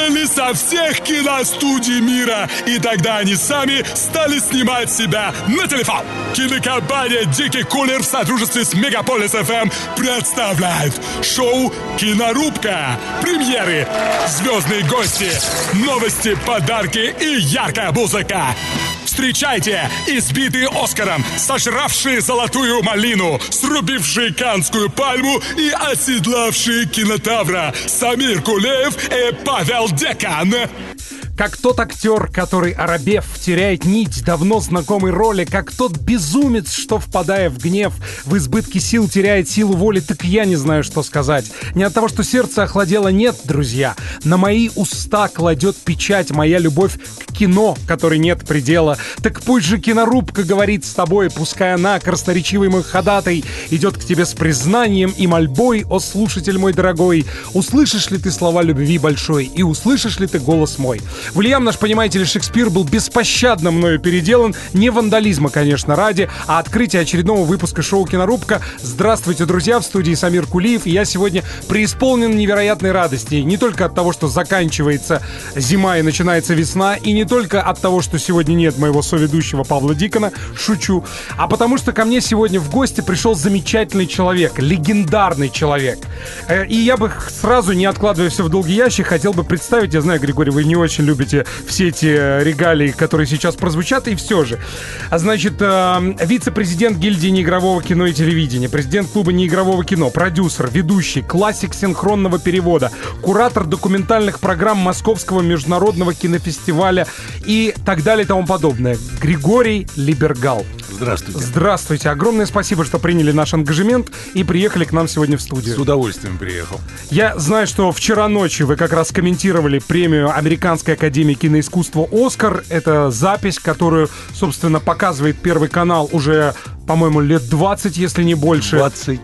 создали со всех киностудий мира. И тогда они сами стали снимать себя на телефон. Кинокомпания «Дикий кулер» в сотрудничестве с Мегаполис ФМ представляет шоу «Кинорубка». Премьеры, звездные гости, новости, подарки и яркая музыка. Встречайте избитые Оскаром, сожравшие золотую малину, срубившие Каннскую пальму и оседлавшие кинотавра Самир Кулиев и Павел Декан. Как тот актер, который, оробев, теряет нить давно знакомой роли, как тот безумец, что, впадая в гнев, в избытке сил теряет силу воли, так я не знаю, что сказать. Не от того, что сердце охладело, нет, друзья. На мои уста кладет печать моя любовь к кино, которой нет предела. Так пусть же кинорубка говорит с тобой, пускай она, красноречивый мой ходатай, идет к тебе с признанием и мольбой, о слушатель мой дорогой. Услышишь ли ты слова любви большой, и услышишь ли ты голос мой? Вильям, наш, понимаете ли, Шекспир был беспощадно мною переделан, не вандализма, конечно, ради, а открытие очередного выпуска шоу «Кинорубка». Здравствуйте, друзья, в студии Самир Кулиев, и я сегодня преисполнен невероятной радости. Не только от того, что заканчивается зима и начинается весна, и не только от того, что сегодня нет моего соведущего Павла Дикона, шучу, а потому что ко мне сегодня в гости пришел замечательный человек, легендарный человек. И я бы сразу, не откладывая все в долгий ящик, хотел бы представить, я знаю, Григорий, вы не очень любите все эти регалии, которые сейчас прозвучат, и все же. Значит, вице-президент гильдии неигрового кино и телевидения, президент клуба неигрового кино, продюсер, ведущий, классик синхронного перевода, куратор документальных программ Московского международного кинофестиваля и так далее и тому подобное. Григорий Либергал. Здравствуйте. Здравствуйте. Огромное спасибо, что приняли наш ангажемент и приехали к нам сегодня в студию. С удовольствием приехал. Я знаю, что вчера ночью вы как раз комментировали премию Американской академии киноискусства «Оскар». Это запись, которую, собственно, показывает Первый канал уже, по-моему, лет 20, если не больше.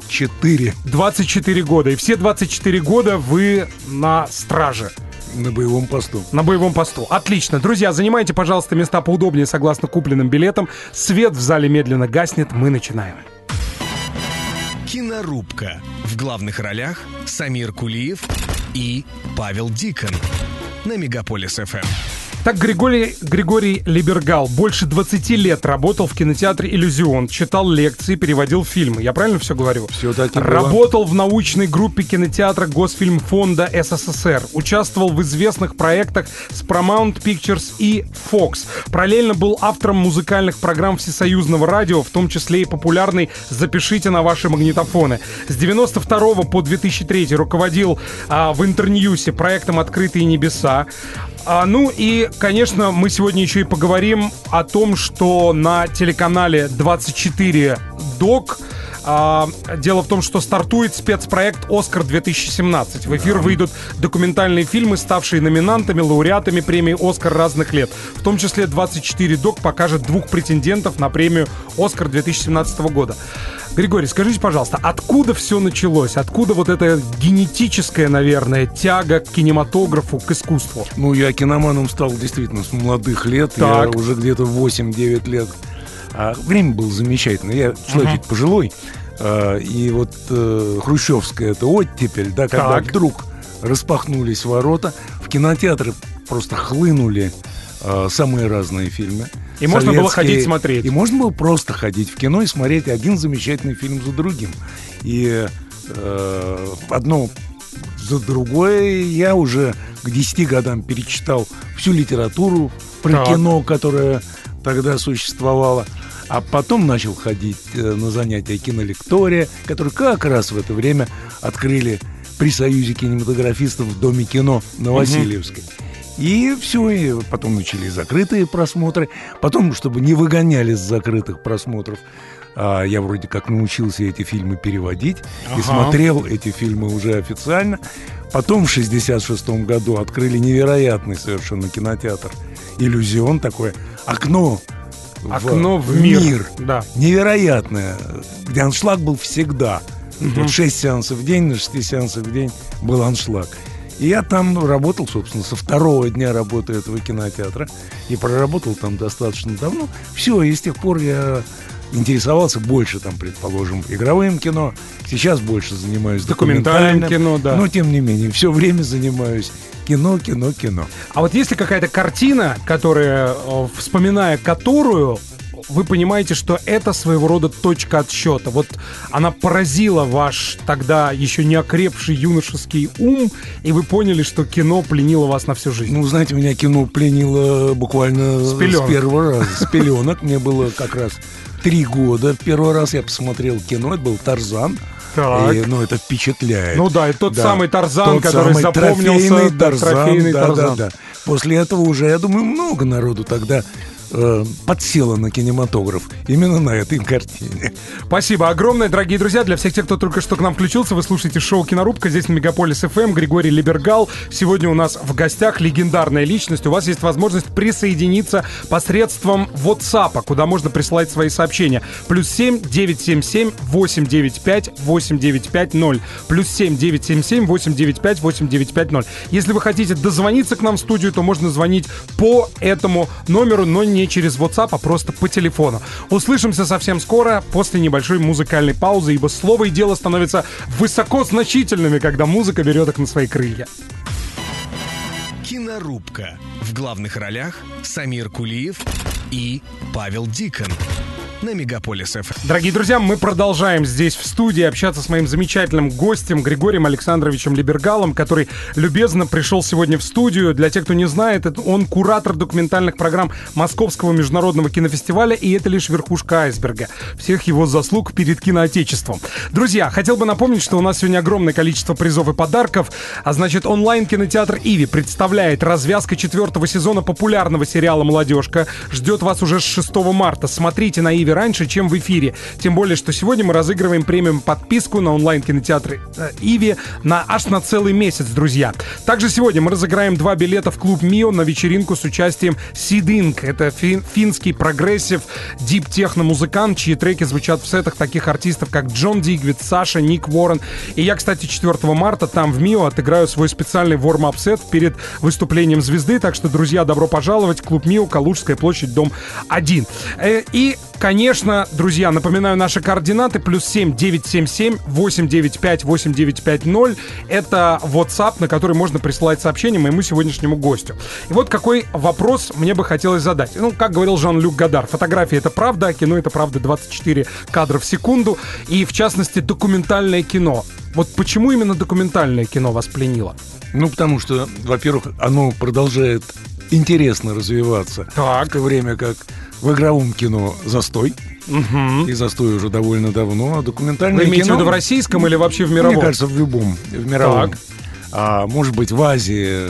24. 24 года. И все 24 года вы на страже. На боевом посту. На боевом посту. Отлично. Друзья, занимайте, пожалуйста, места поудобнее согласно купленным билетам. Свет в зале медленно гаснет. Мы начинаем. Кинорубка. В главных ролях Самир Кулиев и Павел Дикон. На Мегаполис ФМ. Так, Григорий Либергал больше 20 лет работал в кинотеатре «Иллюзион», читал лекции, переводил фильмы. Я правильно все говорю? Все так и было. Работал в научной группе кинотеатра Госфильмфонда СССР. Участвовал в известных проектах с Paramount Pictures и Fox. Параллельно был автором музыкальных программ Всесоюзного радио, в том числе и популярный «Запишите на ваши магнитофоны». С 92 по 2003 руководил в Интерньюсе проектом «Открытые небеса». Ну и, конечно, мы сегодня еще и поговорим о том, что на телеканале 24 ДОК дело в том, что стартует спецпроект «Оскар-2017». В эфир выйдут документальные фильмы, ставшие номинантами, лауреатами премии «Оскар» разных лет. В том числе 24 ДОК покажет двух претендентов на премию «Оскар» 2017 года. Григорий, скажите, пожалуйста, откуда все началось? Откуда вот эта генетическая, наверное, тяга к кинематографу, к искусству? Ну, я киноманом стал действительно с молодых лет. Так. Я уже где-то 8-9 лет. А время было замечательное. Я человек ведь пожилой. И вот хрущевская это оттепель, да, когда Так. вдруг распахнулись ворота, в кинотеатры просто хлынули самые разные фильмы. И можно было ходить смотреть. И можно было просто ходить в кино и смотреть один замечательный фильм за другим. И одно за другое я уже к 10 годам перечитал всю литературу про кино, которая тогда существовала. А потом начал ходить на занятия кинолектория, которые как раз в это время открыли при Союзе кинематографистов в Доме кино на Васильевской. И все, и потом начались закрытые просмотры. Потом, чтобы не выгоняли с закрытых просмотров, я вроде как научился эти фильмы переводить и смотрел эти фильмы уже официально. Потом в 1966 году открыли невероятный совершенно кинотеатр «Иллюзион», такое окно в мир. Да. Невероятное, где аншлаг был всегда. Вот 6 сеансов в день, на 6 сеансах в день был аншлаг. И я там работал, собственно, со второго дня работы этого кинотеатра. И проработал там достаточно давно. Все, и с тех пор я интересовался больше, там, предположим, игровым кино. Сейчас больше занимаюсь Документальным кино, да. Но, тем не менее, все время занимаюсь кино. А вот есть ли какая-то картина, которая, вспоминая которую, вы понимаете, что это своего рода точка отсчета? Вот она поразила ваш тогда еще не окрепший юношеский ум, и вы поняли, что кино пленило вас на всю жизнь. Ну, знаете, меня кино пленило буквально с первого раза, с пеленок. Мне было как раз 3 года. Первый раз я посмотрел кино, это был «Тарзан». И, ну, это впечатляет. Ну да, и тот самый Тарзан, который запомнился. Трофейный Тарзан. Да. После этого уже, я думаю, много народу тогда подсела на кинематограф именно на этой картине. Спасибо огромное, дорогие друзья. Для всех тех, кто только что к нам включился, вы слушаете шоу «Кинорубка» здесь на Мегаполис ФМ. Григорий Либергал. Сегодня у нас в гостях легендарная личность. У вас есть возможность присоединиться посредством WhatsApp, куда можно присылать свои сообщения. +7 977 895 8950. +7 977 895 8950. Если вы хотите дозвониться к нам в студию, то можно звонить по этому номеру, но не через WhatsApp, а просто по телефону. Услышимся совсем скоро, после небольшой музыкальной паузы, ибо слово и дело становятся высоко значительными, когда музыка берет их на свои крылья. Кинорубка. В главных ролях Самир Кулиев и Павел Дикон. На Мегаполис ФМ. Дорогие друзья, мы продолжаем здесь в студии общаться с моим замечательным гостем Григорием Александровичем Либергалом, который любезно пришел сегодня в студию. Для тех, кто не знает, он куратор документальных программ Московского международного кинофестиваля, и это лишь верхушка айсберга всех его заслуг перед киноотечеством. Друзья, хотел бы напомнить, что у нас сегодня огромное количество призов и подарков, а значит, онлайн-кинотеатр «Иви» представляет развязка 4-го сезона популярного сериала «Молодежка». Ждет вас уже с 6 марта. Смотрите на «Иви» раньше, чем в эфире. Тем более, что сегодня мы разыгрываем премиум подписку на онлайн-кинотеатр «Иви» аж на целый месяц, друзья. Также сегодня мы разыграем 2 билета в клуб «Мио» на вечеринку с участием Sid Inc. Это финский прогрессив дип-техно-музыкант, чьи треки звучат в сетах таких артистов, как Джон Дигвид, Саша, Ник Уоррен. И я, кстати, 4 марта там в «Мио» отыграю свой специальный ворм-ап-сет перед выступлением звезды. Так что, друзья, добро пожаловать. Клуб «Мио», Калужская площадь, дом 1. И, конечно, друзья, напоминаю наши координаты. +7 977 895 8950. Это WhatsApp, на который можно присылать сообщения моему сегодняшнему гостю. И вот какой вопрос мне бы хотелось задать. Ну, как говорил Жан-Люк Годар, фотография — это правда, а кино — это правда 24 кадра в секунду. И, в частности, документальное кино. Вот почему именно документальное кино вас пленило? Ну, потому что, во-первых, оно продолжает интересно развиваться. Так. В то время как в игровом кино застой. Угу. И застой уже довольно давно. А документальное Вы имеете кино... в виду в российском или вообще в мировом? Мне кажется, в любом. В мировом. Так. А может быть, в Азии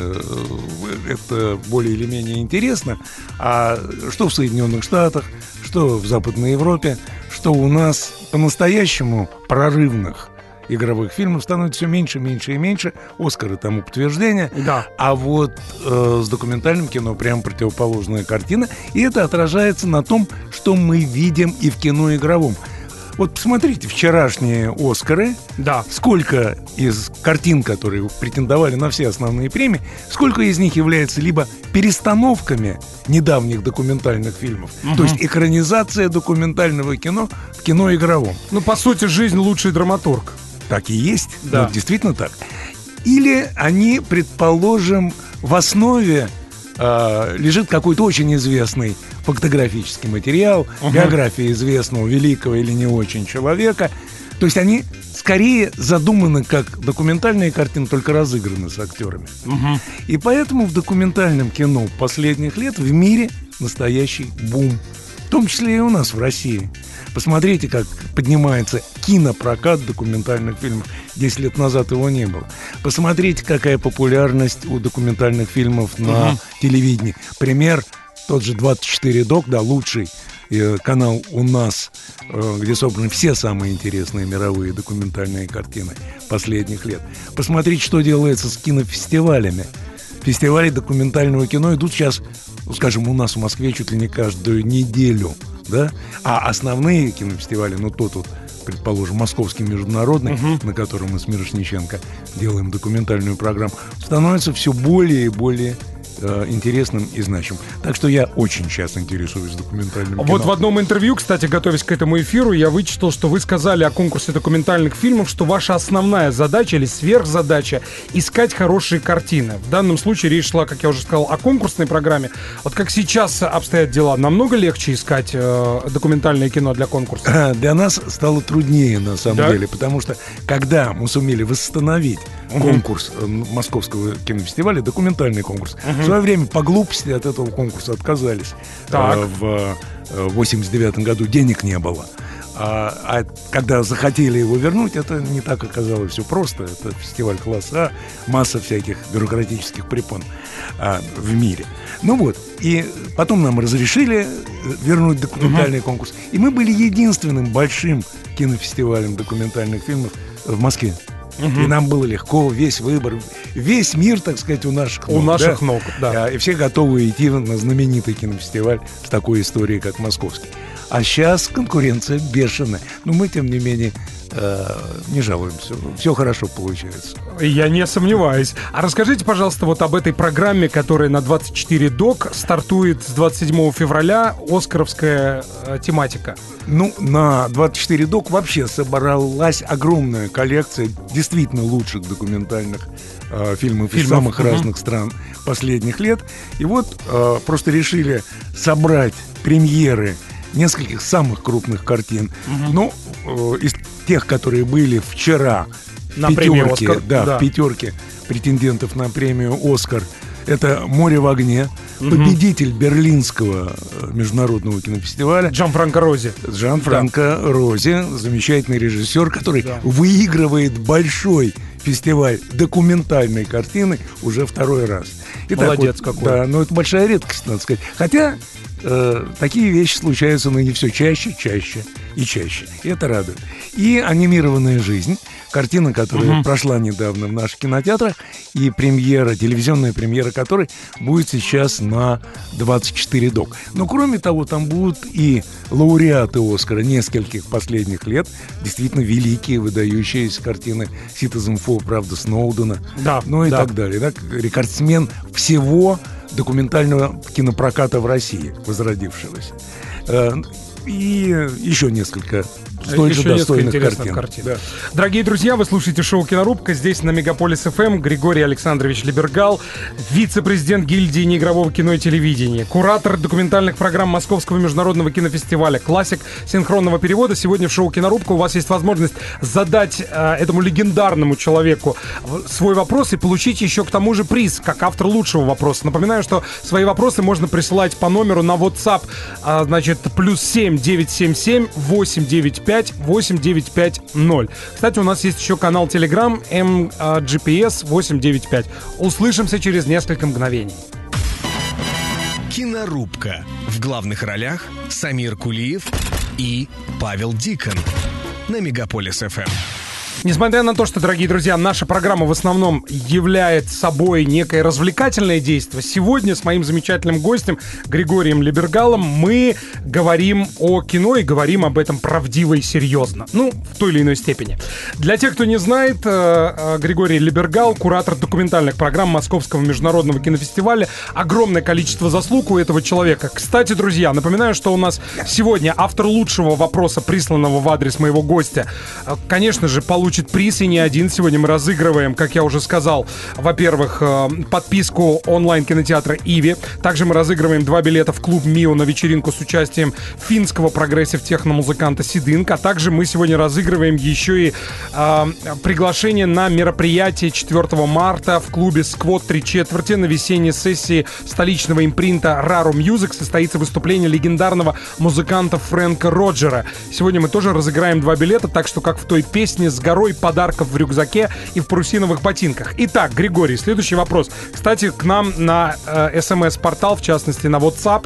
это более или менее интересно. А что в Соединенных Штатах, что в Западной Европе, что у нас по-настоящему прорывных игровых фильмов становится все меньше, меньше и меньше. «Оскары» тому подтверждение. Да. А вот с документальным кино прям противоположная картина. И это отражается на том, что мы видим и в кино игровом. Вот посмотрите, вчерашние «Оскары». Да. Сколько из картин, которые претендовали на все основные премии, сколько из них является либо перестановками недавних документальных фильмов, то есть экранизация документального кино в кино игровом. Ну, по сути, жизнь — лучший драматург. Так и есть, да. Ну, действительно так. Или они, предположим, в основе лежит какой-то очень известный фактографический материал, биография известного великого или не очень человека. То есть они скорее задуманы как документальные картины, только разыграны с актерами. И поэтому в документальном кино последних лет в мире настоящий бум. В том числе и у нас в России. Посмотрите, как поднимается кинопрокат документальных фильмов. 10 лет назад его не было. Посмотрите, какая популярность у документальных фильмов на телевидении. Пример, тот же 24 Док, да, лучший канал у нас, где собраны все самые интересные мировые документальные картины последних лет. Посмотрите, что делается с кинофестивалями. Фестивали документального кино идут сейчас, скажем, у нас в Москве чуть ли не каждую неделю, да? А основные кинофестивали, ну, тот вот, предположим, Московский международный, на котором мы с Мирошниченко делаем документальную программу, становятся все более и более интересным и значимым. Так что я очень часто интересуюсь документальным кино. Вот в одном интервью, кстати, готовясь к этому эфиру, я вычитал, что вы сказали о конкурсе документальных фильмов, что ваша основная задача или сверхзадача — искать хорошие картины. В данном случае речь шла, как я уже сказал, о конкурсной программе. Вот как сейчас обстоят дела? Намного легче искать документальное кино для конкурса? Для нас стало труднее, на самом деле, потому что когда мы сумели восстановить конкурс Московского кинофестиваля, документальный конкурс, в свое время по глупости от этого конкурса отказались. В 89 году денег не было. А когда захотели его вернуть, это не так оказалось все просто. Это фестиваль класса А, масса всяких бюрократических препон в мире. Ну вот, и потом нам разрешили вернуть документальный конкурс. И мы были единственным большим кинофестивалем документальных фильмов в Москве. И нам было легко, весь выбор, весь мир, так сказать, у наших ног. У наших ног, да. И все готовы идти на знаменитый кинофестиваль с такой историей, как московский. А сейчас конкуренция бешеная. Но мы, тем не менее, не жалуемся. Все хорошо получается. Я не сомневаюсь. А расскажите, пожалуйста, вот об этой программе, которая на 24 ДОК стартует с 27 февраля, «Оскаровская тематика». Ну, на 24 ДОК вообще собралась огромная коллекция действительно лучших документальных фильмов из самых разных стран последних лет. И вот просто решили собрать премьеры нескольких самых крупных картин. Ну, из тех, которые были вчера на премию «Оскар». Да, в пятерке претендентов на премию «Оскар». Это «Море в огне», победитель Берлинского международного кинофестиваля Джанфранко Рози. Рози, замечательный режиссер, который выигрывает большой фестиваль документальной картины уже второй раз. Итак, молодец вот, какой. Да, но это большая редкость, надо сказать. Хотя такие вещи случаются ныне все чаще и чаще. И это радует. И «Анимированная жизнь», картина, которая прошла недавно в наших кинотеатрах, и премьера, телевизионная премьера которой будет сейчас на 24 ДОК. Но кроме того, там будут и лауреаты «Оскара» нескольких последних лет, действительно великие, выдающиеся картины «Citizen Four», правда, Сноудена, и так далее. Так, рекордсмен всего документального кинопроката в России, возродившегося. И еще несколько столь же достойных картин. Да. Дорогие друзья, вы слушаете шоу «Кинорубка». Здесь на Мегаполис ФМ Григорий Александрович Либергал, вице-президент гильдии неигрового кино и телевидения, куратор документальных программ Московского международного кинофестиваля, классик синхронного перевода. Сегодня в шоу «Кинорубка» у вас есть возможность задать этому легендарному человеку свой вопрос и получить еще к тому же приз, как автор лучшего вопроса. Напоминаю, что свои вопросы можно присылать по номеру на WhatsApp, значит, +7 977 895 8950. Кстати, у нас есть еще канал Telegram MGPS 895. Услышимся через несколько мгновений. Кинорубка. В главных ролях Самир Кулиев и Павел Дикон на Мегаполис ФМ. Несмотря на то, что, дорогие друзья, наша программа в основном является собой некое развлекательное действие, сегодня с моим замечательным гостем Григорием Либергалом мы говорим о кино и говорим об этом правдиво и серьезно. Ну, в той или иной степени. Для тех, кто не знает, Григорий Либергал, куратор документальных программ Московского международного кинофестиваля. Огромное количество заслуг у этого человека. Кстати, друзья, напоминаю, что у нас сегодня автор лучшего вопроса, присланного в адрес моего гостя, конечно же, получит приз, и не один. Сегодня мы разыгрываем, как я уже сказал, во-первых, подписку онлайн-кинотеатра «Иви». Также мы разыгрываем 2 билета в клуб «Мио» на вечеринку с участием финского прогрессив-техно-музыканта Сидынк. А также мы сегодня разыгрываем еще и приглашение на мероприятие 4 марта в клубе «Сквот 3/4». На весенней сессии столичного импринта Raro Music состоится выступление легендарного музыканта Фрэнка Роджера. Сегодня мы тоже разыграем 2 билета, так что, как в той песне, с горой подарков в рюкзаке и в парусиновых ботинках. Итак, Григорий, следующий вопрос. Кстати, к нам на СМС-портал, в частности на WhatsApp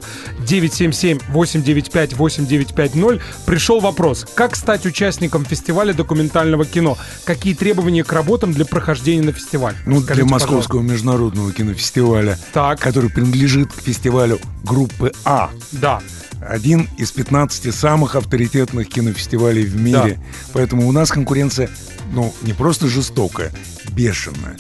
977-895-8950 пришел вопрос. Как стать участником фестиваля документального кино? Какие требования к работам для прохождения на фестиваль? Ну, для Московского международного кинофестиваля, который принадлежит к фестивалю группы А. Да. Один из 15 самых авторитетных кинофестивалей в мире. Да. Поэтому у нас конкуренция, ну, не просто жестокая, бешеная.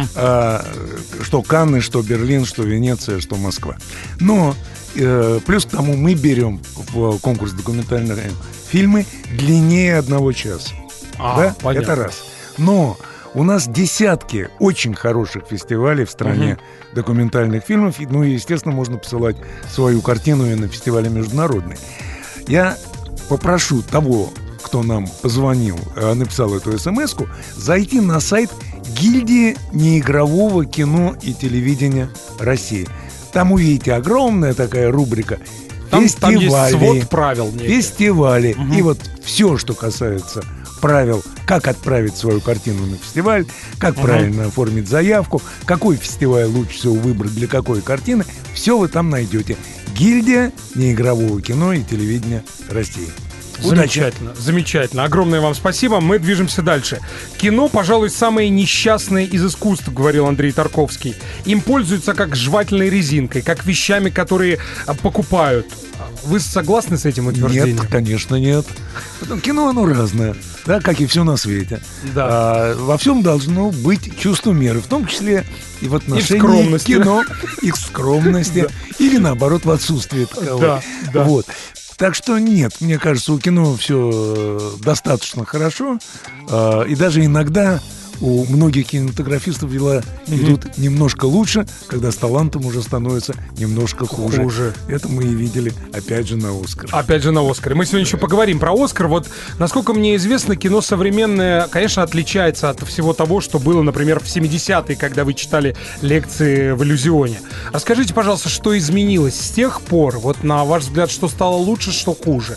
Что Канны, что Берлин, что Венеция, что Москва. Но плюс к тому мы берем в конкурс документальных фильмы длиннее 1 часа. Да? Это раз. Но у нас десятки очень хороших фестивалей в стране документальных фильмов. Ну и, естественно, можно посылать свою картину и на фестивали международные. Я попрошу того, кто нам позвонил, написал эту смс-ку, зайти на сайт гильдии неигрового кино и телевидения России. Там увидите огромная такая рубрика фестивали. Там есть свод правил. Фестивали. И вот все, что касается правил, как отправить свою картину на фестиваль, как правильно оформить заявку, какой фестиваль лучше всего выбрать для какой картины, все вы там найдете. Гильдия неигрового кино и телевидения России. Замечательно, замечательно. Огромное вам спасибо. Мы движемся дальше. Кино, пожалуй, самое несчастное из искусств, говорил Андрей Тарковский. Им пользуются как жевательной резинкой, как вещами, которые покупают. Вы согласны с этим утверждением? Нет, конечно, нет. Кино, оно разное, да, как и все на свете. Да. Во всем должно быть чувство меры, в том числе и в отношении кино, и в скромности, или наоборот в отсутствии таковой. Да. Вот. Так что нет, мне кажется, у кино все достаточно хорошо, и даже иногда у многих кинематографистов дела идут немножко лучше, когда с талантом уже становится немножко хуже. Это мы и видели, опять же, на «Оскаре». Мы сегодня еще поговорим про «Оскар». Вот, насколько мне известно, кино современное, конечно, отличается от всего того, что было, например, в 70-е, когда вы читали лекции в «Иллюзионе». Расскажите, пожалуйста, что изменилось с тех пор? Вот, на ваш взгляд, что стало лучше, что хуже?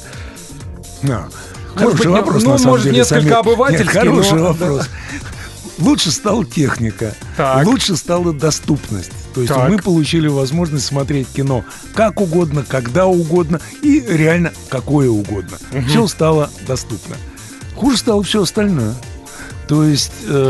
Хороший вопрос, на самом может, деле, несколько Самир. обывательский, хороший вопрос. Лучше стала техника, лучше стала доступность. То есть мы получили возможность смотреть кино как угодно, когда угодно и реально какое угодно. Все стало доступно. Хуже стало все остальное. То есть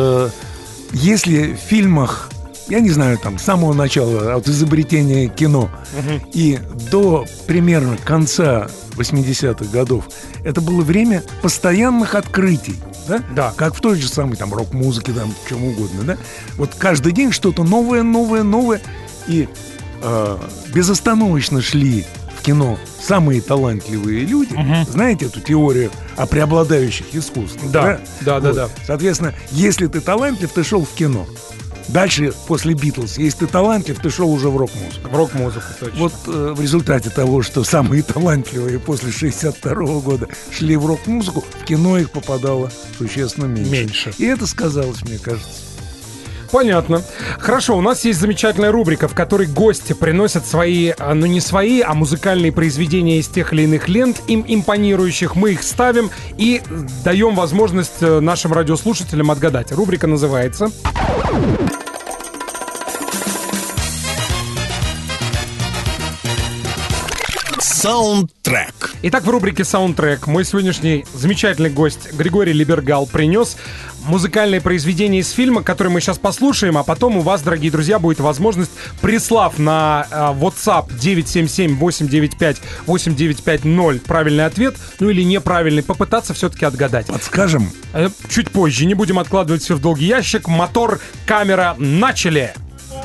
если в фильмах, я не знаю, там, с самого начала, от изобретения кино и до примерно конца 80-х годов, это было время постоянных открытий. Да? Как в той же самой там рок-музыке, там, чем угодно, да? Вот каждый день что-то новое. И безостановочно шли в кино самые талантливые люди. Знаете эту теорию о преобладающих искусствах? Да. Соответственно, если ты талантлив, ты шел в кино. Дальше, после «Битлз», если ты талантлив, ты шел уже в рок-музыку. В рок-музыку, точно. Вот в результате того, что самые талантливые после 62-го года шли в рок-музыку, в кино их попадало существенно меньше. И это сказалось, мне кажется. Понятно. Хорошо, у нас есть замечательная рубрика, в которой гости приносят свои, ну не свои, а музыкальные произведения из тех или иных лент, им импонирующих. Мы их ставим и даем возможность нашим радиослушателям отгадать. Рубрика называется... Саундтрек. Итак, в рубрике «Саундтрек» мой сегодняшний замечательный гость Григорий Либергал принес музыкальное произведение из фильма, которое мы сейчас послушаем, а потом у вас, дорогие друзья, будет возможность, прислав на WhatsApp 977-895-8950 правильный ответ, ну или неправильный, попытаться все-таки отгадать. Подскажем? Чуть позже, не будем откладывать все в долгий ящик. Мотор, камера, начали!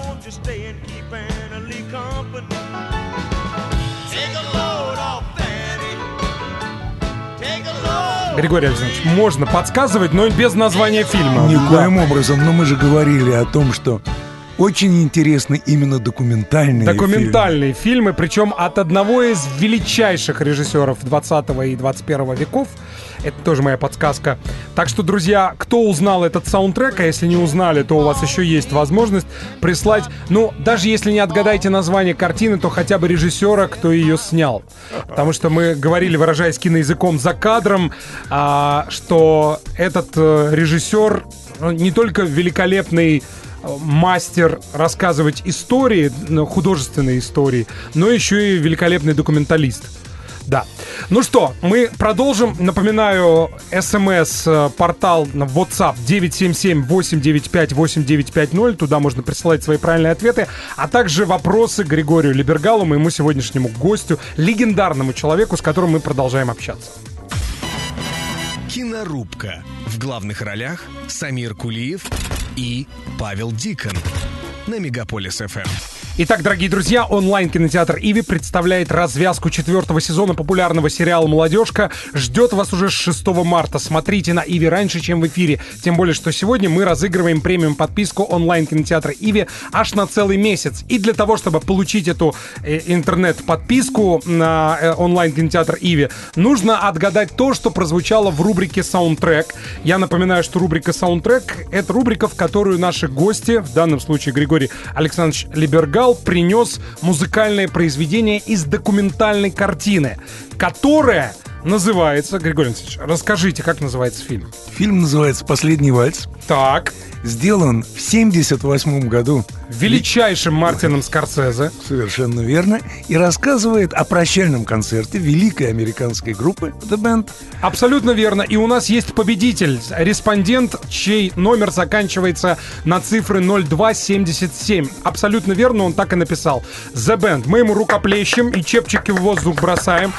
Григорий Александрович, можно подсказывать, но без названия фильма. Никоим образом, но мы же говорили о том, что очень интересны именно документальные фильмы, причем от одного из величайших режиссеров 20 и 21 веков. Это тоже моя подсказка. Так что, друзья, кто узнал этот саундтрек, а если не узнали, то у вас еще есть возможность прислать, ну, даже если не отгадаете название картины, то хотя бы режиссера, кто ее снял. Потому что мы говорили, выражаясь киноязыком за кадром, что этот режиссер не только великолепный мастер рассказывать истории, художественные истории, но еще и великолепный документалист. Да. Ну что, мы продолжим. Напоминаю, СМС-портал в WhatsApp 977-895-8950. Туда можно присылать свои правильные ответы, а также вопросы Григорию Либергалу, моему сегодняшнему гостю, легендарному человеку, с которым мы продолжаем общаться. Кинорубка в В главных ролях Самир Кулиев и Павел Дикон на Мегаполис ФМ. Итак, дорогие друзья, онлайн-кинотеатр «Иви» представляет развязку 4-го сезона популярного сериала «Молодежка». Ждет вас уже с 6 марта. Смотрите на «Иви» раньше, чем в эфире. Тем более, что сегодня мы разыгрываем премиум-подписку онлайн-кинотеатра «Иви» аж на целый месяц. И для того, чтобы получить эту интернет-подписку на онлайн-кинотеатр «Иви», нужно отгадать то, что прозвучало в рубрике «Саундтрек». Я напоминаю, что рубрика «Саундтрек» — это рубрика, в которую наши гости, в данном случае Григорий Александрович Либергал, принес музыкальное произведение из документальной картины, которая называется... Григорий Александрович, расскажите, как называется фильм? Фильм называется «Последний вальс». Так. Сделан в 1978 году. Величайшим Мартином Скорсезе. Совершенно верно. И рассказывает о прощальном концерте великой американской группы The Band. Абсолютно верно. И у нас есть победитель, респондент, чей номер заканчивается на цифры 0277. Абсолютно верно, он так и написал. The Band. Мы ему рукоплещем и чепчики в воздух бросаем.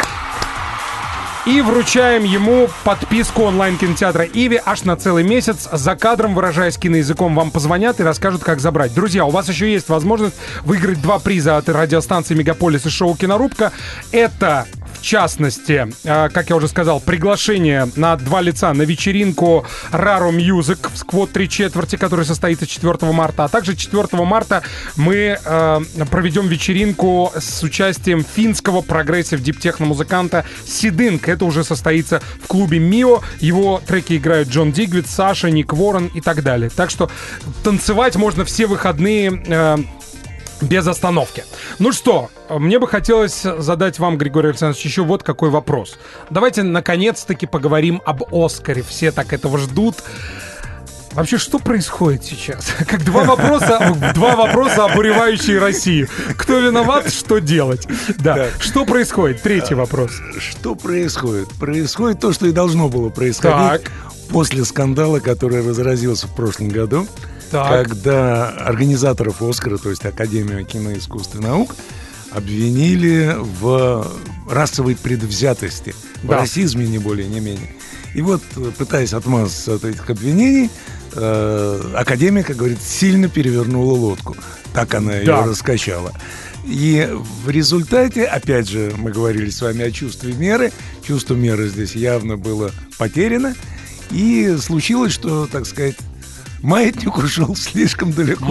И вручаем ему подписку онлайн-кинотеатра «Иви» аж на целый месяц. За кадром, выражаясь киноязыком, вам позвонят и расскажут, как забрать. Друзья, у вас еще есть возможность выиграть 2 приза от радиостанции «Мегаполис» и шоу «Кинорубка». Это... В частности, как я уже сказал, приглашение на 2 лица на вечеринку Raro Music в Сквот 3/4, которая состоится 4 марта. А также 4 марта мы проведем вечеринку с участием финского прогрессив-диптехно-музыканта Сидынк. Это уже состоится в клубе Мио. Его треки играют Джон Дигвид, Саша, Ник Ворон и так далее. Так что танцевать можно все выходные... без остановки. Ну что, мне бы хотелось задать вам, Григорий Александрович, еще вот какой вопрос. Давайте наконец-таки поговорим об «Оскаре». Все так этого ждут. Вообще, что происходит сейчас? Как два вопроса, обуревающие Россию. Кто виноват, что делать? Да. Что происходит? Третий вопрос. Что происходит? Происходит то, что и должно было происходить после скандала, который разразился в прошлом году. Когда организаторов «Оскара», то есть Академию киноискусств и наук, обвинили в расовой предвзятости, в расизме, не более, не менее. И вот, пытаясь отмазаться от этих обвинений, Академия, как говорится, сильно перевернула лодку. Так она ее раскачала. И в результате, опять же, мы говорили с вами о чувстве меры. Чувство меры здесь явно было потеряно. И случилось, что, так сказать, маятник ушел слишком далеко.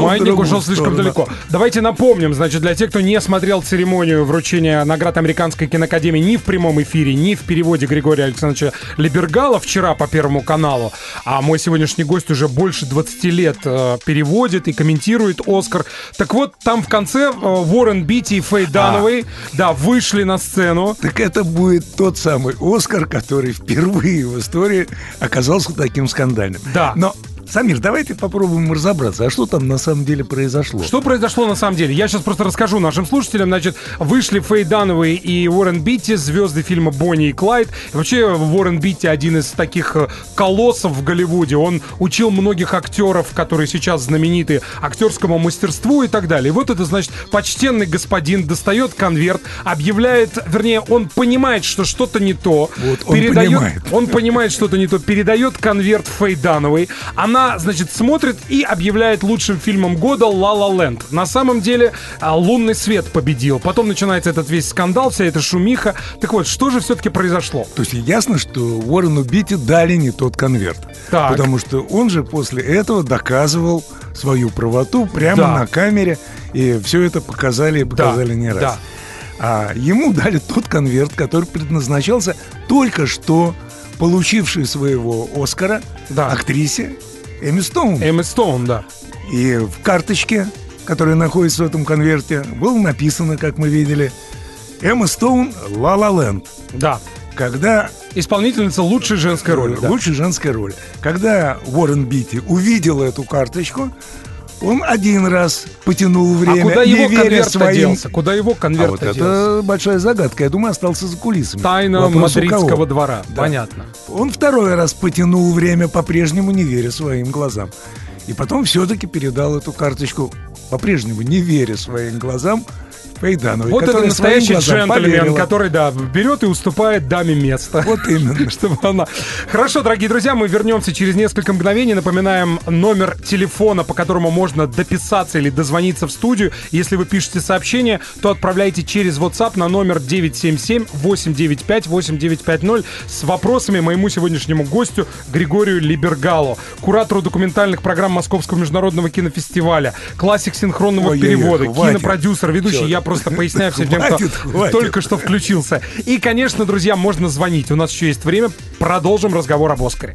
Давайте напомним, значит, для тех, кто не смотрел церемонию вручения наград Американской киноакадемии ни в прямом эфире, ни в переводе Григория Александровича Либергала вчера по Первому каналу, а мой сегодняшний гость уже больше 20 лет переводит и комментирует «Оскар». Так вот, там в конце Уоррен Битти и Фэй Данавей вышли на сцену. Так это будет тот самый «Оскар», который впервые в истории оказался таким скандальным. Да. Но Самир, давайте попробуем разобраться, а что там на самом деле произошло? Что произошло на самом деле? Я сейчас просто расскажу нашим слушателям. Значит, вышли Фэй Данавей и Уоррен Битти, звезды фильма «Бонни и Клайд». И вообще, Уоррен Битти один из таких колоссов в Голливуде. Он учил многих актеров, которые сейчас знамениты, актерскому мастерству и так далее. И вот это, значит, почтенный господин достает конверт, объявляет, вернее, он понимает, что что-то не то. Вот он понимает что-то не то, передает конверт Фэй Данавей. Она, значит, смотрит и объявляет лучшим фильмом года «Ла Ла Ленд». На самом деле «Лунный свет» победил. Потом начинается этот весь скандал, вся эта шумиха. Так вот, что же все-таки произошло? То есть ясно, что Уоррену Битти дали не тот конверт. Так. Потому что он же после этого доказывал свою правоту прямо на камере. И все это показали не раз. Да. А ему дали тот конверт, который предназначался только что получившей своего «Оскара» актрисе Эмми Стоун. Да. И в карточке, которая находится в этом конверте, было написано, как мы видели, Эмма Стоун «Ла Ла Ленд». Да. Когда... Исполнительница лучшей женской роли. Лучшей женской роли. Когда Уоррен Битти увидел эту карточку, он один раз потянул время, куда не его веря своим... Куда его конверт делся? Это большая загадка. Я думаю, остался за кулисами. Тайна мадридского двора. Да. Понятно. Он второй раз потянул время, по-прежнему не веря своим глазам. И потом все-таки передал эту карточку, по-прежнему не веря своим глазам, Фейдановой. Вот это настоящий джентльмен, поверила. который, да, берет и уступает даме место. Вот именно. Чтобы она... Хорошо, дорогие друзья, мы вернемся через несколько мгновений. Напоминаем номер телефона, по которому можно дописаться или дозвониться в студию. Если вы пишете сообщение, то отправляйте через WhatsApp на номер 977-895-8950 с вопросами моему сегодняшнему гостю Григорию Либергалу, куратору документальных программ Московского международного кинофестиваля, классик синхронного перевода, кинопродюсер, ведущий. Я просто поясняю всем тем, кто только что включился. И, конечно, друзья, можно звонить. У нас еще есть время. Продолжим разговор об «Оскаре».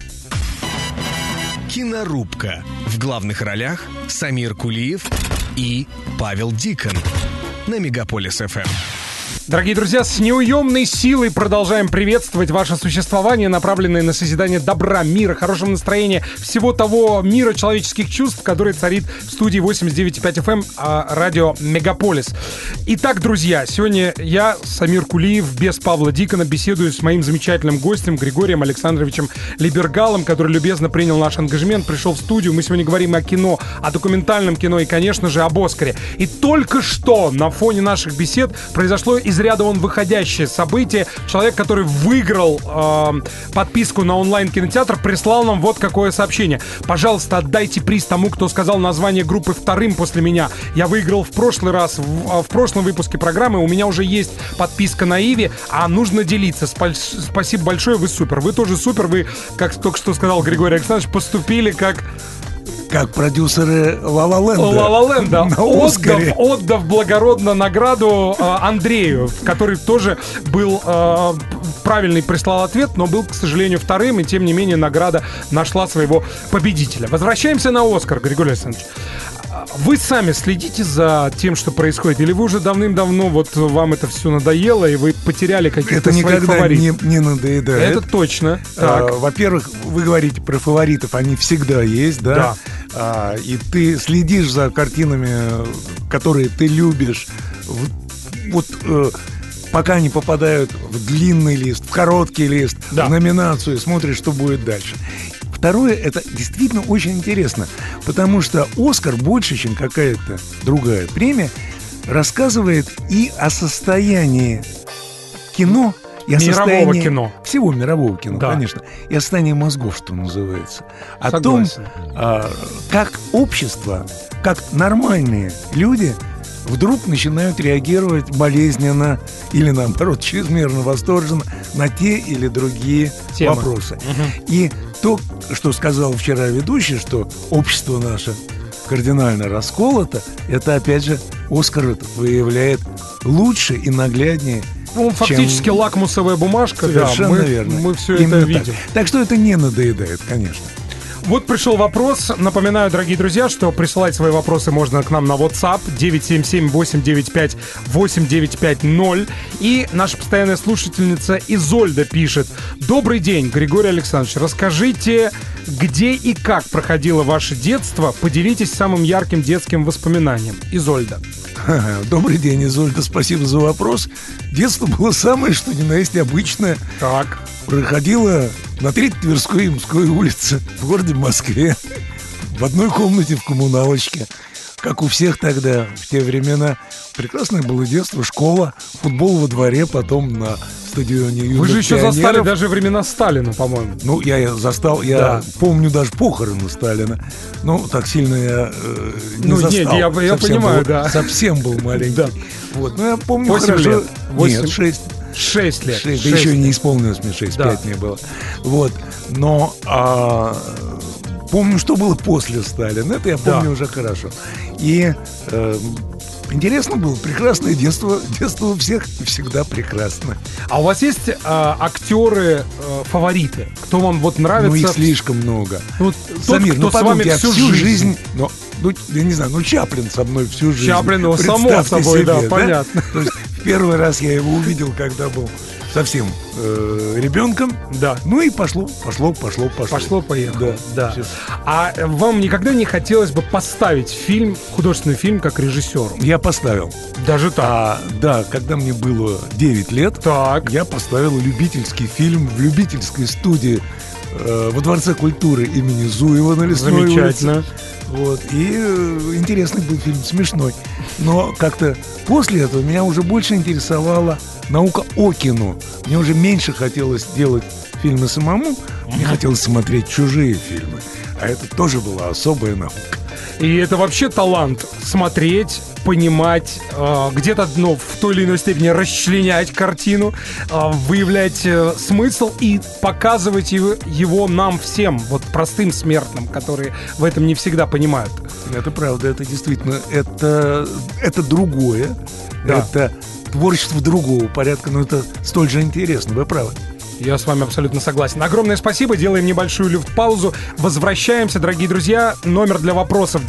Кинорубка. В главных ролях Самир Кулиев и Павел Дикон на Мегаполис ФМ. Дорогие друзья, с неуемной силой продолжаем приветствовать ваше существование, направленное на созидание добра, мира, хорошего настроения, всего того мира человеческих чувств, который царит в студии 89.5 FM радио Мегаполис. Итак, друзья, сегодня я, Самир Кулиев, без Павла Дикона, беседую с моим замечательным гостем Григорием Александровичем Либергалом, который любезно принял наш ангажемент, пришел в студию. Мы сегодня говорим о кино, о документальном кино и, конечно же, об «Оскаре». И только что на фоне наших бесед произошло из ряда вон выходящее событие. Человек, который выиграл подписку на онлайн-кинотеатр, прислал нам вот какое сообщение. Пожалуйста, отдайте приз тому, кто сказал название группы вторым после меня. Я выиграл в прошлый раз, в прошлом выпуске программы. У меня уже есть подписка на Иви, а нужно делиться. Спасибо большое, вы супер. Вы тоже супер. Вы, как только что сказал Григорий Александрович, поступили как продюсеры «Ла-Ла Ленда». «Ла-Ла Ленда», на Оскаре. отдав благородно награду Андрею, который тоже был правильный, прислал ответ, но был, к сожалению, вторым, и тем не менее награда нашла своего победителя. Возвращаемся на «Оскар», Григорий Александрович. Вы сами следите за тем, что происходит, или вы уже давным-давно, вот вам это все надоело, и вы потеряли каких-то своих фаворитов? Это никогда не надоедает. Это точно. Так. Во-первых, вы говорите про фаворитов, они всегда есть, да? И ты следишь за картинами, которые ты любишь, пока они попадают в длинный лист, в короткий лист, в номинацию, смотришь, что будет дальше. Второе, это действительно очень интересно, потому что «Оскар» больше, чем какая-то другая премия, рассказывает и о состоянии кино, и о состоянии кино. Всего мирового кино, конечно, и о состоянии мозгов, что называется. О Согласен. том, как общество, как нормальные люди вдруг начинают реагировать болезненно или, наоборот, чрезмерно восторженно на те или другие вопросы. И то, что сказал вчера ведущий, что общество наше кардинально расколото, это, опять же, «Оскар» этот выявляет лучше и нагляднее. Ну, фактически лакмусовая бумажка. Совершенно верно. Мы все это видим. Так что это не надоедает, конечно. Вот пришел вопрос. Напоминаю, дорогие друзья, что присылать свои вопросы можно к нам на WhatsApp 977-895-8950. И наша постоянная слушательница Изольда пишет: добрый день, Григорий Александрович. Расскажите, где и как проходило ваше детство? Поделитесь самым ярким детским воспоминанием. Изольда. Добрый день, Изольда, спасибо за вопрос. Детство было самое, что ни на есть обычное. Так. Проходило на 3-й Тверской и Ямской улице в городе Москве, в одной комнате в коммуналочке, как у всех тогда, в те времена. Прекрасное было детство, школа, футбол во дворе, потом на стадионе юных Вы же еще пионеров. застали даже времена Сталина, по-моему. Ну, я застал, я помню даже похороны Сталина. Ну, так сильно я не застал. Нет, я понимаю, Совсем был маленький. Вот, ну, я помню 8 хорошо. лет. 8. Нет, 6. 6 лет. 6, да еще не исполнилось мне 6, 5 мне было. Вот, но помню, что было после Сталина. Это я помню уже хорошо. И интересно было, прекрасное детство. Детство у всех всегда прекрасно. А у вас есть актеры-фавориты? Кто вам вот нравится? Ну, их слишком много. Вот Самир, тот, кто с вами всю жизнь я не знаю, Чаплин со мной всю жизнь. Чаплин, само собой, себе, да, понятно. То есть первый раз я его увидел, когда был совсем ребенком. Да. Ну и пошло. Пошло-поехало. Да. Все. А вам никогда не хотелось бы поставить фильм, художественный фильм, как режиссеру? Я поставил. Даже так? Да, когда мне было 9 лет, так. Я поставил любительский фильм в любительской студии во Дворце культуры имени Зуева на Лесной улице. Замечательно. Вот. И интересный был фильм, смешной. Но как-то после этого меня уже больше интересовала наука о кино. Мне уже меньше хотелось делать фильмы самому. Мне хотелось смотреть чужие фильмы. А это тоже была особая наука. И это вообще талант смотреть, понимать, где-то в той или иной степени расчленять картину, выявлять смысл и показывать его нам всем, вот простым смертным, которые в этом не всегда понимают. Это правда, это действительно, это другое, да. Это творчество другого порядка, но это столь же интересно, вы правы. Я с вами абсолютно согласен. Огромное спасибо. Делаем небольшую люфт-паузу. Возвращаемся, дорогие друзья. Номер для вопросов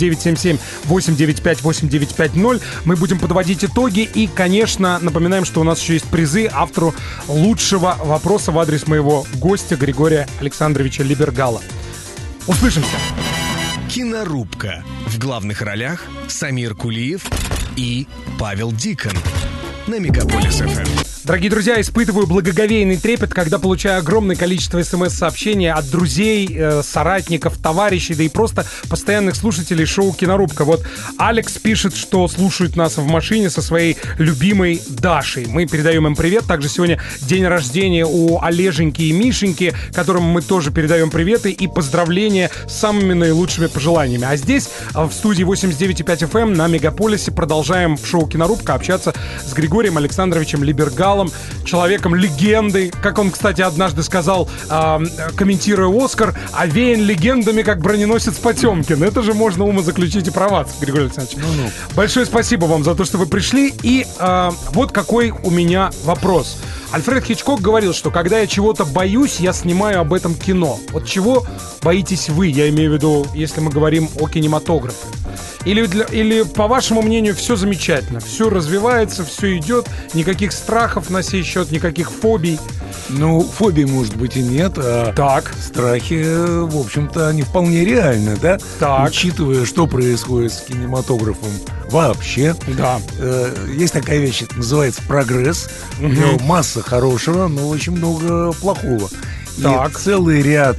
977-895-8950. Мы будем подводить итоги. И, конечно, напоминаем, что у нас еще есть призы автору лучшего вопроса в адрес моего гостя Григория Александровича Либергала. Услышимся. Кинорубка. В главных ролях Самир Кулиев и Павел Дикон на Мегаполис ФМ. Дорогие друзья, испытываю благоговейный трепет, когда получаю огромное количество смс-сообщений от друзей, соратников, товарищей, да и просто постоянных слушателей шоу «Кинорубка». Вот Алекс пишет, что слушает нас в машине со своей любимой Дашей. Мы передаем им привет. Также сегодня день рождения у Олеженьки и Мишеньки, которым мы тоже передаем приветы и поздравления с самыми наилучшими пожеланиями. А здесь, в студии 89,5 FM на Мегаполисе, продолжаем в шоу «Кинорубка» общаться с Григорием Александровичем Либергалом, человеком-легендой, как он, кстати, однажды сказал, комментируя «Оскар», овеян легендами, как броненосец Потемкин. Это же можно умозаключить и про вас, Григорий Александрович. Большое спасибо вам за то, что вы пришли. И вот какой у меня вопрос. Альфред Хичкок говорил, что когда я чего-то боюсь, я снимаю об этом кино. Вот чего боитесь вы? Я имею в виду, если мы говорим о кинематографе. Или, по вашему мнению, все замечательно, все развивается, все идет, никаких страхов на сей счет, никаких фобий? Ну, фобий, может быть, и нет, а так. Страхи, в общем-то, они вполне реальны, да? Так. Учитывая, что происходит с кинематографом вообще. Да. Есть такая вещь, это называется прогресс. У него масса хорошего, но очень много плохого. Так. И целый ряд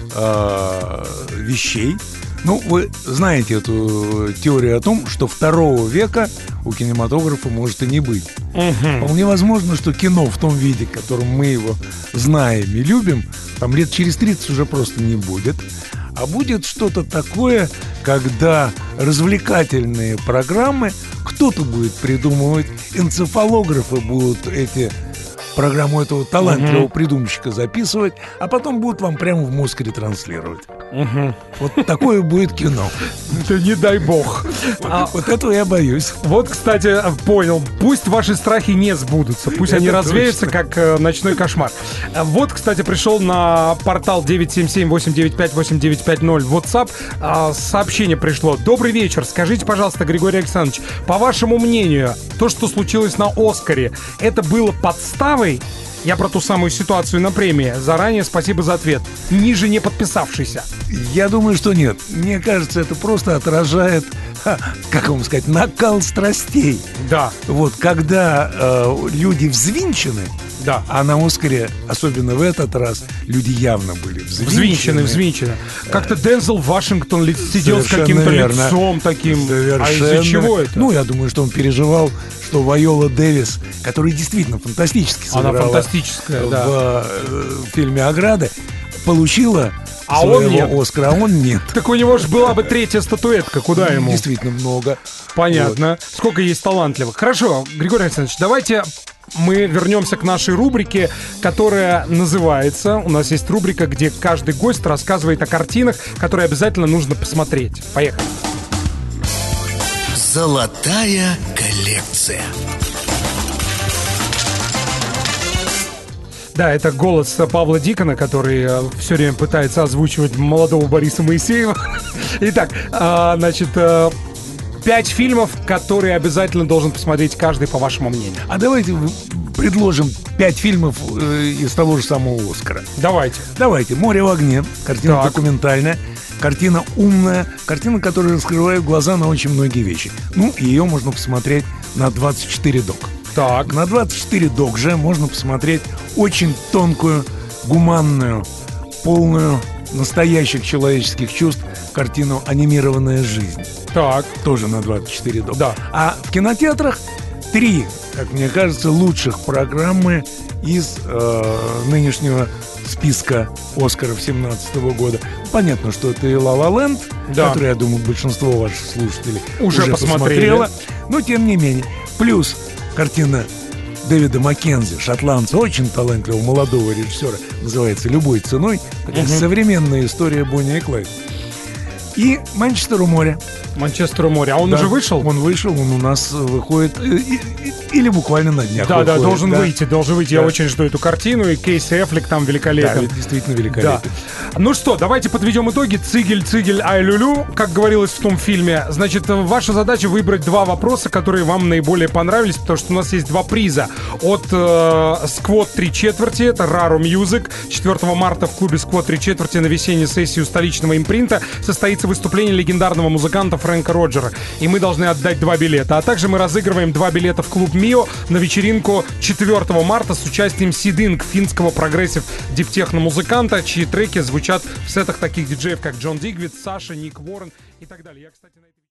вещей. Ну, вы знаете эту теорию о том, что 2 века у кинематографа может и не быть. Вполне возможно, что кино в том виде, в котором мы его знаем и любим, там лет через 30 уже просто не будет. А будет что-то такое, когда развлекательные программы кто-то будет придумывать, энцефалографы будут эти программу этого талантливого придумщика записывать, а потом будут вам прямо в мозг ретранслировать. Вот такое будет кино. Да не дай бог. Вот этого я боюсь. Вот, кстати, понял. Пусть ваши страхи не сбудутся. Пусть они развеются, как ночной кошмар. Вот, кстати, пришел на портал 977-895-8950 WhatsApp. Сообщение пришло. Добрый вечер. Скажите, пожалуйста, Григорий Александрович, по вашему мнению, то, что случилось на «Оскаре», это было подставой? Я про ту самую ситуацию на премии. Заранее спасибо за ответ. Ниже не подписавшийся. Я думаю, что нет. Мне кажется, это просто отражает, как вам сказать, накал страстей. Да. Вот, когда люди взвинчены, да. А на «Оскаре», особенно в этот раз, люди явно были взвинчены. Как-то Дензел Вашингтон сидел совершенно с каким-то верно. Лицом таким. Совершенно. А из-за чего это? Ну, я думаю, что он переживал, что Вайола Дэвис, которая действительно фантастически сыграла, она фантастическая, в фильме «Ограда», получила своего «Оскара», а он нет. Так у него же была бы 3-я статуэтка, куда ему? Действительно много. Понятно. Вот. Сколько есть талантливых. Хорошо, Григорий Александрович, давайте мы вернемся к нашей рубрике, которая называется... У нас есть рубрика, где каждый гость рассказывает о картинах, которые обязательно нужно посмотреть. Поехали. Золотая коллекция. Да, это голос Павла Дикона, который все время пытается озвучивать молодого Бориса Моисеева. Итак, значит... 5 фильмов, которые обязательно должен посмотреть каждый, по вашему мнению. А давайте предложим 5 фильмов из того же самого «Оскара». Давайте. «Море в огне». Картина документальная. Картина умная. Картина, которая раскрывает глаза на очень многие вещи. Ну, ее можно посмотреть на 24 док. Так. На 24 док же можно посмотреть очень тонкую, гуманную полную настоящих человеческих чувств картину «Анимированная жизнь». Так. Тоже на 24 дома. Да. А в кинотеатрах 3, как мне кажется, лучших программы из нынешнего списка Оскаров 2017 года. Понятно, что это и «Ла Ла Ленд», да, который, я думаю, большинство ваших слушателей уже посмотрело. Но тем не менее. Плюс картина Дэвида Маккензи, шотландца, очень талантливого молодого режиссера, называется «Любой ценой». Такая современная история Бонни и Клайд. И «Манчестер у моря». «Манчестер у моря». А он уже вышел? Он вышел, он у нас выходит или буквально на днях. Да, выходит, должен выйти. Да. Я очень жду эту картину, и Кейси Эффлек там великолепен. Да, действительно великолепен. Да. Ну что, давайте подведем итоги. Цигель, цигель, ай люлю, как говорилось в том фильме. Значит, ваша задача выбрать 2 вопроса, которые вам наиболее понравились, потому что у нас есть 2 приза. От Squad 3/4, это Raro Music. 4 марта в клубе Squad 3/4 на весенней сессии у столичного импринта состоится выступление легендарного музыканта Фрэнка Роджера. И мы должны отдать 2 билета. А также мы разыгрываем 2 билета в клуб Мио на вечеринку 4 марта с участием Сидинг, финского прогрессив диптехно-музыканта, чьи треки звучат в сетах таких диджеев, как Джон Дигвид, Саша, Ник Уоррен и так далее. Я, кстати,